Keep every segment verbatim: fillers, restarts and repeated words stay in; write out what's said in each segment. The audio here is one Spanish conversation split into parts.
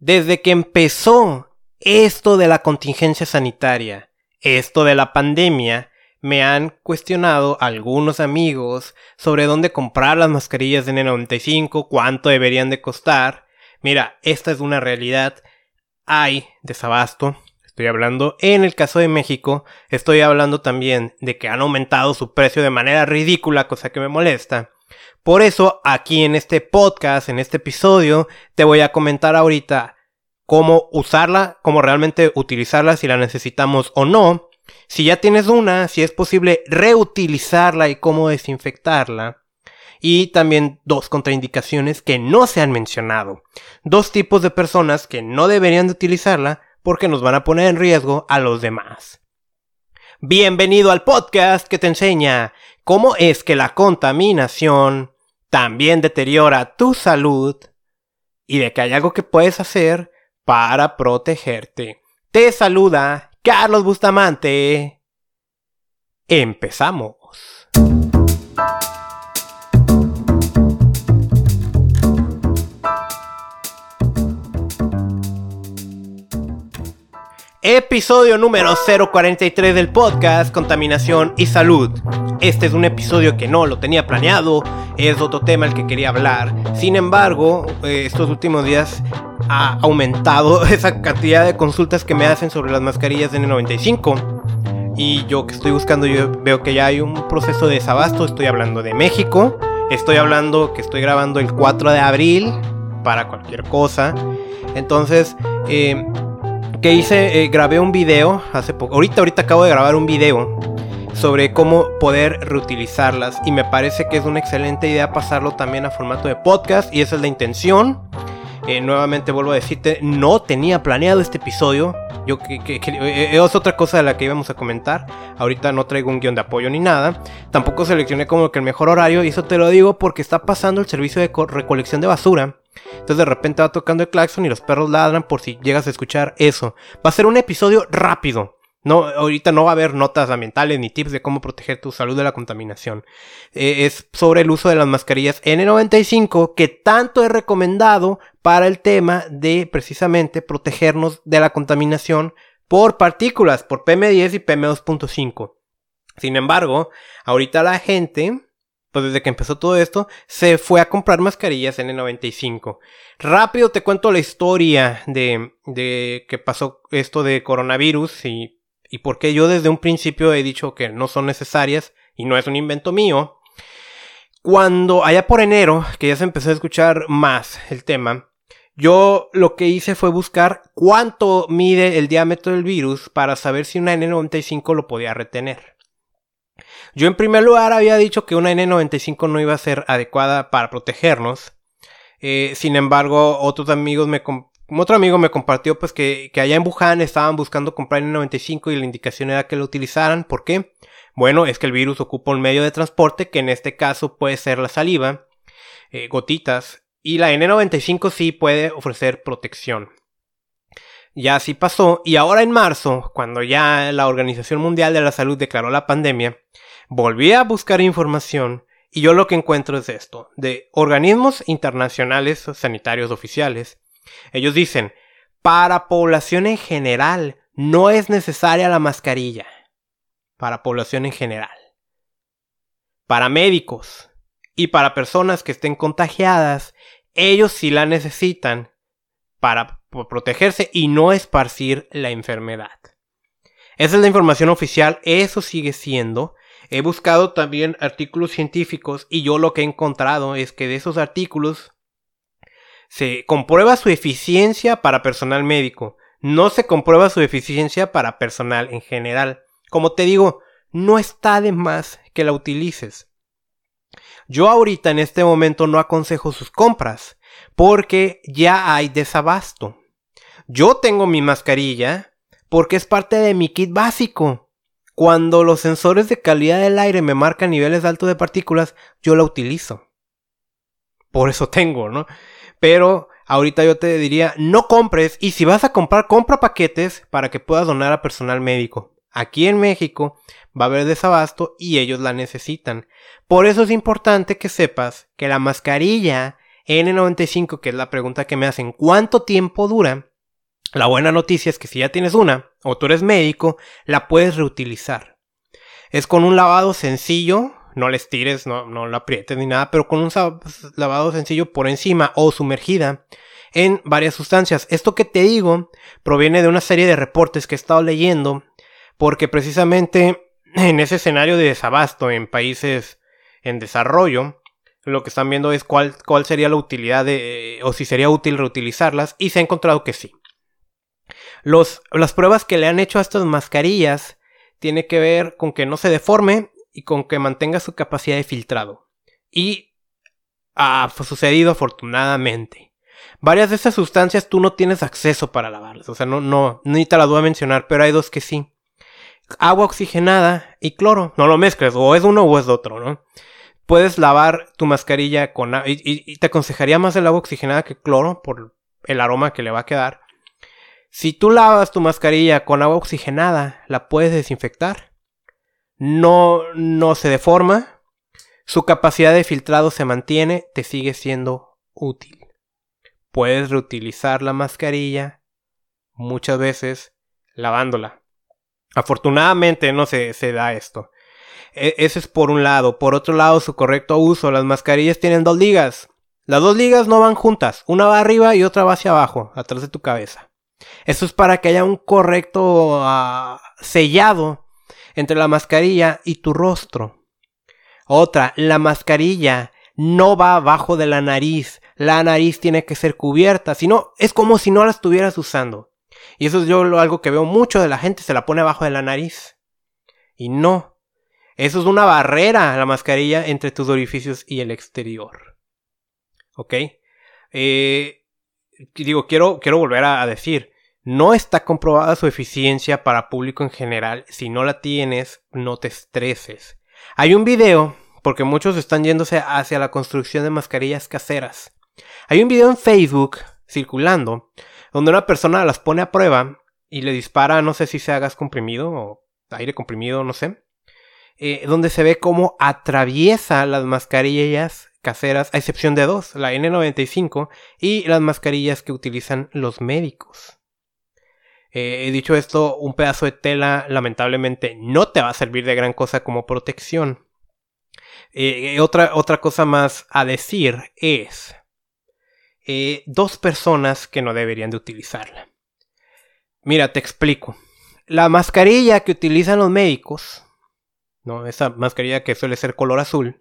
Desde que empezó esto de la contingencia sanitaria, esto de la pandemia, me han cuestionado algunos amigos sobre dónde comprar las mascarillas de N noventa y cinco, cuánto deberían de costar. Mira, esta es una realidad. Hay desabasto. Estoy hablando en el caso de México. Estoy hablando también de que han aumentado su precio de manera ridícula, cosa que me molesta. Por eso, aquí en este podcast, en este episodio, te voy a comentar ahorita cómo usarla, cómo realmente utilizarla, si la necesitamos o no. Si ya tienes una, si es posible reutilizarla y cómo desinfectarla. Y también dos contraindicaciones que no se han mencionado. Dos tipos de personas que no deberían de utilizarla porque nos van a poner en riesgo a los demás. Bienvenido al podcast que te enseña cómo es que la contaminación también deteriora tu salud y de que hay algo que puedes hacer para protegerte. Te saluda Carlos Bustamante. Empezamos. Episodio número cero cuarenta y tres del podcast Contaminación y Salud. Este es un episodio que no lo tenía planeado, es otro tema el que quería hablar. Sin embargo, eh, estos últimos días ha aumentado esa cantidad de consultas que me hacen sobre las mascarillas de N noventa y cinco. Y yo que estoy buscando, yo veo que ya hay un proceso de desabasto. Estoy hablando de México, estoy hablando que estoy grabando el cuatro de abril para cualquier cosa. Entonces, eh... que hice, eh, grabé un video hace poco, ahorita, ahorita acabo de grabar un video sobre cómo poder reutilizarlas y me parece que es una excelente idea pasarlo también a formato de podcast y esa es la intención. Eh, nuevamente vuelvo a decirte, no tenía planeado este episodio, yo que, que, que eh, es otra cosa de la que íbamos a comentar. Ahorita no traigo un guión de apoyo ni nada, tampoco seleccioné como que el mejor horario y eso te lo digo porque está pasando el servicio de recolección de basura. Entonces de repente va tocando el claxon y los perros ladran por si llegas a escuchar eso. Va a ser un episodio rápido. No, ahorita no va a haber notas ambientales ni tips de cómo proteger tu salud de la contaminación. Eh, es sobre el uso de las mascarillas N noventa y cinco que tanto he recomendado para el tema de precisamente protegernos de la contaminación por partículas, por P M diez y P M dos punto cinco. Sin embargo, ahorita la gente, pues desde que empezó todo esto, se fue a comprar mascarillas N noventa y cinco. Rápido te cuento la historia de, de que pasó esto de coronavirus y, y por qué yo desde un principio he dicho que no son necesarias y no es un invento mío. Cuando allá por enero, que ya se empezó a escuchar más el tema, yo lo que hice fue buscar cuánto mide el diámetro del virus para saber si una N noventa y cinco lo podía retener. Yo en primer lugar había dicho que una N noventa y cinco no iba a ser adecuada para protegernos. Eh, sin embargo, otros amigos me otro amigo me compartió pues que, que allá en Wuhan estaban buscando comprar N noventa y cinco y la indicación era que lo utilizaran. ¿Por qué? Bueno, es que el virus ocupa un medio de transporte que en este caso puede ser la saliva, eh, gotitas, y la N noventa y cinco sí puede ofrecer protección. Ya así pasó, y ahora en marzo, cuando ya la Organización Mundial de la Salud declaró la pandemia, volví a buscar información y yo lo que encuentro es esto, de organismos internacionales sanitarios oficiales. Ellos dicen, para población en general no es necesaria la mascarilla. Para población en general. Para médicos y para personas que estén contagiadas, ellos sí la necesitan para protegerse y no esparcir la enfermedad. Esa es la información oficial, eso sigue siendo. He buscado también artículos científicos y yo lo que he encontrado es que de esos artículos se comprueba su eficiencia para personal médico, no se comprueba su eficiencia para personal en general. Como te digo, no está de más que la utilices. Yo ahorita en este momento no aconsejo sus compras porque ya hay desabasto. Yo tengo mi mascarilla porque es parte de mi kit básico. Cuando los sensores de calidad del aire me marcan niveles altos de partículas, yo la utilizo. Por eso tengo, ¿no? Pero ahorita yo te diría, no compres, y si vas a comprar, compra paquetes para que puedas donar a personal médico. Aquí en México va a haber desabasto y ellos la necesitan. Por eso es importante que sepas que la mascarilla ene noventa y cinco, que es la pregunta que me hacen, ¿cuánto tiempo dura? La buena noticia es que si ya tienes una, o tú eres médico, la puedes reutilizar. Es con un lavado sencillo, no le estires, no, no la aprietes ni nada, pero con un lavado sencillo por encima o sumergida en varias sustancias. Esto que te digo proviene de una serie de reportes que he estado leyendo, porque precisamente en ese escenario de desabasto en países en desarrollo, lo que están viendo es cuál, cuál sería la utilidad de, o si sería útil reutilizarlas, y se ha encontrado que sí. Los, las pruebas que le han hecho a estas mascarillas tiene que ver con que no se deforme y con que mantenga su capacidad de filtrado. Y ha sucedido afortunadamente. Varias de estas sustancias tú no tienes acceso para lavarlas. O sea, no, no, ni te las voy a mencionar, pero hay dos que sí. Agua oxigenada y cloro. No lo mezcles, o es uno o es otro, ¿no? Puedes lavar tu mascarilla con agua. Y, y, y te aconsejaría más el agua oxigenada que cloro por el aroma que le va a quedar. Si tú lavas tu mascarilla con agua oxigenada, la puedes desinfectar. No, no se deforma. Su capacidad de filtrado se mantiene. Te sigue siendo útil. Puedes reutilizar la mascarilla muchas veces lavándola. Afortunadamente no se, se da esto. E- ese es por un lado. Por otro lado, su correcto uso. Las mascarillas tienen dos ligas. Las dos ligas no van juntas. Una va arriba y otra va hacia abajo, atrás de tu cabeza. Esto es para que haya un correcto uh, sellado entre la mascarilla y tu rostro. Otra, la mascarilla no va abajo de la nariz. La nariz tiene que ser cubierta. Si no, es como si no la estuvieras usando. Y eso es yo lo, algo que veo mucho de la gente. Se la pone abajo de la nariz. Y no. Eso es una barrera, la mascarilla, entre tus orificios y el exterior. ¿Ok? Eh... Digo, quiero, quiero volver a, a decir, no está comprobada su eficiencia para público en general. Si no la tienes, no te estreses. Hay un video, porque muchos están yéndose hacia la construcción de mascarillas caseras. Hay un video en Facebook circulando, donde una persona las pone a prueba y le dispara, no sé si sea gas comprimido o aire comprimido, no sé, eh, donde se ve cómo atraviesa las mascarillas caseras, a excepción de dos, la ene noventa y cinco y las mascarillas que utilizan los médicos. Eh, he dicho esto, un pedazo de tela lamentablemente no te va a servir de gran cosa como protección. Eh, otra, otra cosa más a decir es eh, dos personas que no deberían de utilizarla. Mira, te explico. La mascarilla que utilizan los médicos, ¿no? Esa mascarilla que suele ser color azul,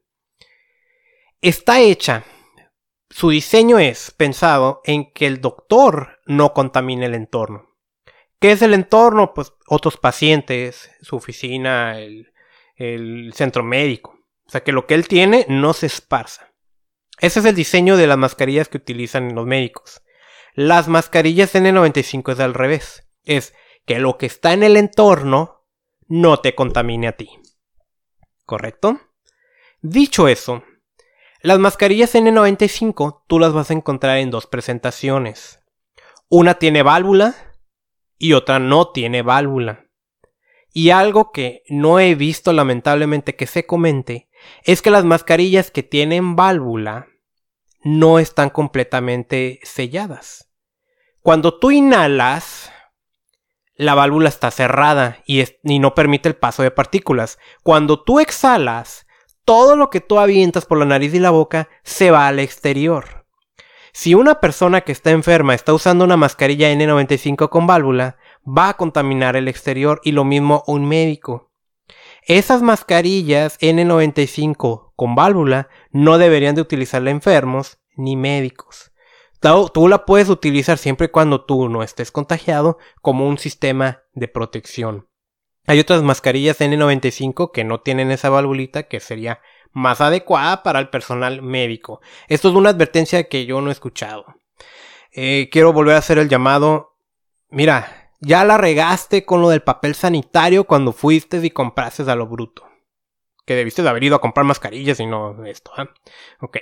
está hecha, su diseño es pensado en que el doctor no contamine el entorno. ¿Qué es el entorno? Pues otros pacientes, su oficina, el, el centro médico. O sea, que lo que él tiene no se esparza. Ese es el diseño de las mascarillas que utilizan los médicos. Las mascarillas ene noventa y cinco es al revés. Es que lo que está en el entorno no te contamine a ti. ¿Correcto? Dicho eso, las mascarillas ene noventa y cinco tú las vas a encontrar en dos presentaciones. Una tiene válvula y otra no tiene válvula. Y algo que no he visto lamentablemente que se comente es que las mascarillas que tienen válvula no están completamente selladas. Cuando tú inhalas, la válvula está cerrada y, es, y no permite el paso de partículas. Cuando tú exhalas, todo lo que tú avientas por la nariz y la boca se va al exterior. Si una persona que está enferma está usando una mascarilla ene noventa y cinco con válvula, va a contaminar el exterior, y lo mismo un médico. Esas mascarillas ene noventa y cinco con válvula no deberían de utilizarla enfermos ni médicos. Tú, tú la puedes utilizar siempre y cuando tú no estés contagiado como un sistema de protección. Hay otras mascarillas ene noventa y cinco que no tienen esa valvulita, que sería más adecuada para el personal médico. Esto es una advertencia que yo no he escuchado. Eh, quiero volver a hacer el llamado. Mira, ya la regaste con lo del papel sanitario cuando fuiste y compraste a lo bruto. Que debiste de haber ido a comprar mascarillas y no esto, ¿eh? Ok.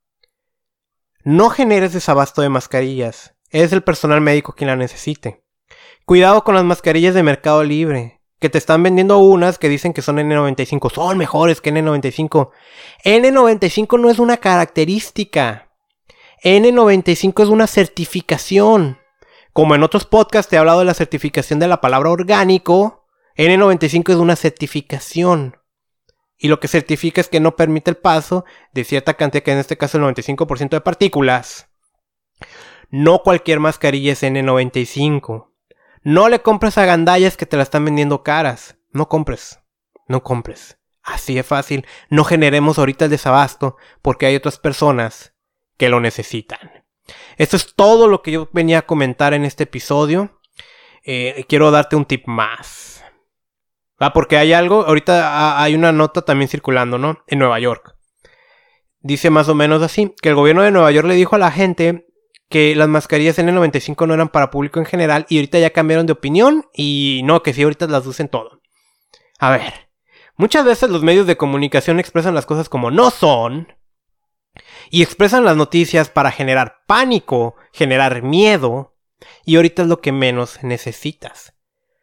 No generes desabasto de mascarillas. Es el personal médico quien la necesite. Cuidado con las mascarillas de Mercado Libre, que te están vendiendo unas que dicen que son ene noventa y cinco. Son mejores que ene noventa y cinco. ene noventa y cinco no es una característica. N noventa y cinco es una certificación. Como en otros podcasts te he hablado de la certificación de la palabra orgánico, N noventa y cinco es una certificación. Y lo que certifica es que no permite el paso de cierta cantidad, que en este caso el noventa y cinco por ciento de partículas. No cualquier mascarilla es N noventa y cinco. No le compres a gandallas que te la están vendiendo caras. No compres. No compres. Así de fácil. No generemos ahorita el desabasto porque hay otras personas que lo necesitan. Esto es todo lo que yo venía a comentar en este episodio. Eh, quiero darte un tip más. Ah, porque hay algo, ahorita hay una nota también circulando, ¿no? En Nueva York. Dice más o menos así, que el gobierno de Nueva York le dijo a la gente que las mascarillas N noventa y cinco no eran para público en general y ahorita ya cambiaron de opinión y no, que sí, ahorita las usen todo. A ver, muchas veces los medios de comunicación expresan las cosas como no son y expresan las noticias para generar pánico, generar miedo y ahorita es lo que menos necesitas.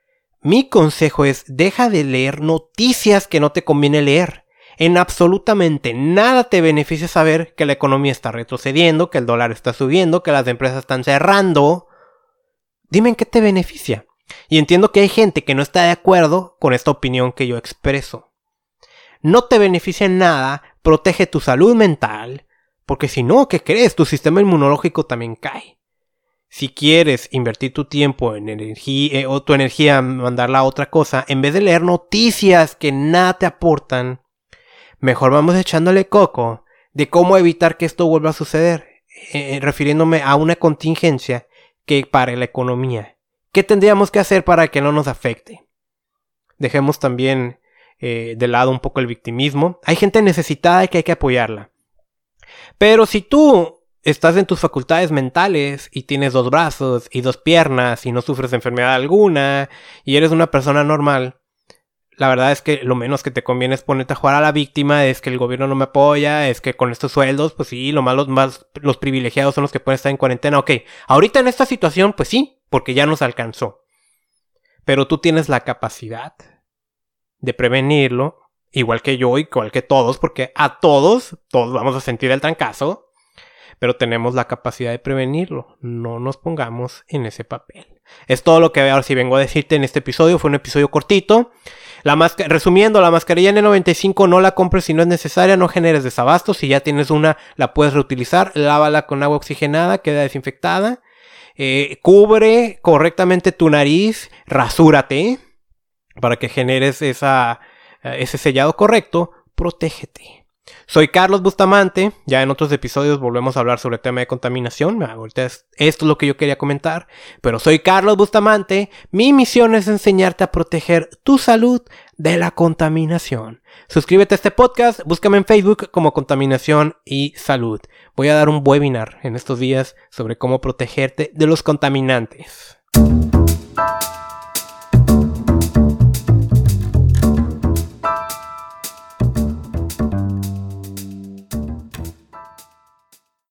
Mi consejo es, deja de leer noticias que no te conviene leer. En absolutamente nada te beneficia saber que la economía está retrocediendo, que el dólar está subiendo, que las empresas están cerrando. Dime en qué te beneficia. Y entiendo que hay gente que no está de acuerdo con esta opinión que yo expreso. No te beneficia en nada, protege tu salud mental, porque si no, ¿qué crees? Tu sistema inmunológico también cae. Si quieres invertir tu tiempo en energía eh, o tu energía mandarla a otra cosa, en vez de leer noticias que nada te aportan, mejor vamos echándole coco de cómo evitar que esto vuelva a suceder, eh, refiriéndome a una contingencia que pare la economía. ¿Qué tendríamos que hacer para que no nos afecte? Dejemos también eh, de lado un poco el victimismo. Hay gente necesitada y que hay que apoyarla. Pero si tú estás en tus facultades mentales y tienes dos brazos y dos piernas y no sufres de enfermedad alguna y eres una persona normal, la verdad es que lo menos que te conviene es ponerte a jugar a la víctima, es que el gobierno no me apoya, es que con estos sueldos, pues sí, lo malo, más los privilegiados son los que pueden estar en cuarentena. Ok, ahorita en esta situación, pues sí, porque ya nos alcanzó. Pero tú tienes la capacidad de prevenirlo, igual que yo, igual que todos, porque a todos, todos vamos a sentir el trancazo. Pero tenemos la capacidad de prevenirlo. No nos pongamos en ese papel. Es todo lo que ahora sí vengo a decirte en este episodio. Fue un episodio cortito. La masca- Resumiendo, la mascarilla N noventa y cinco no la compres si no es necesaria. No generes desabasto. Si ya tienes una, la puedes reutilizar. Lávala con agua oxigenada. Queda desinfectada. Eh, cubre correctamente tu nariz. Rasúrate. Para que generes esa, ese sellado correcto. Protégete. Soy Carlos Bustamante, ya en otros episodios volvemos a hablar sobre el tema de contaminación, ahorita es, esto es lo que yo quería comentar, pero soy Carlos Bustamante, mi misión es enseñarte a proteger tu salud de la contaminación. Suscríbete a este podcast, búscame en Facebook como Contaminación y Salud. Voy a dar un webinar en estos días sobre cómo protegerte de los contaminantes.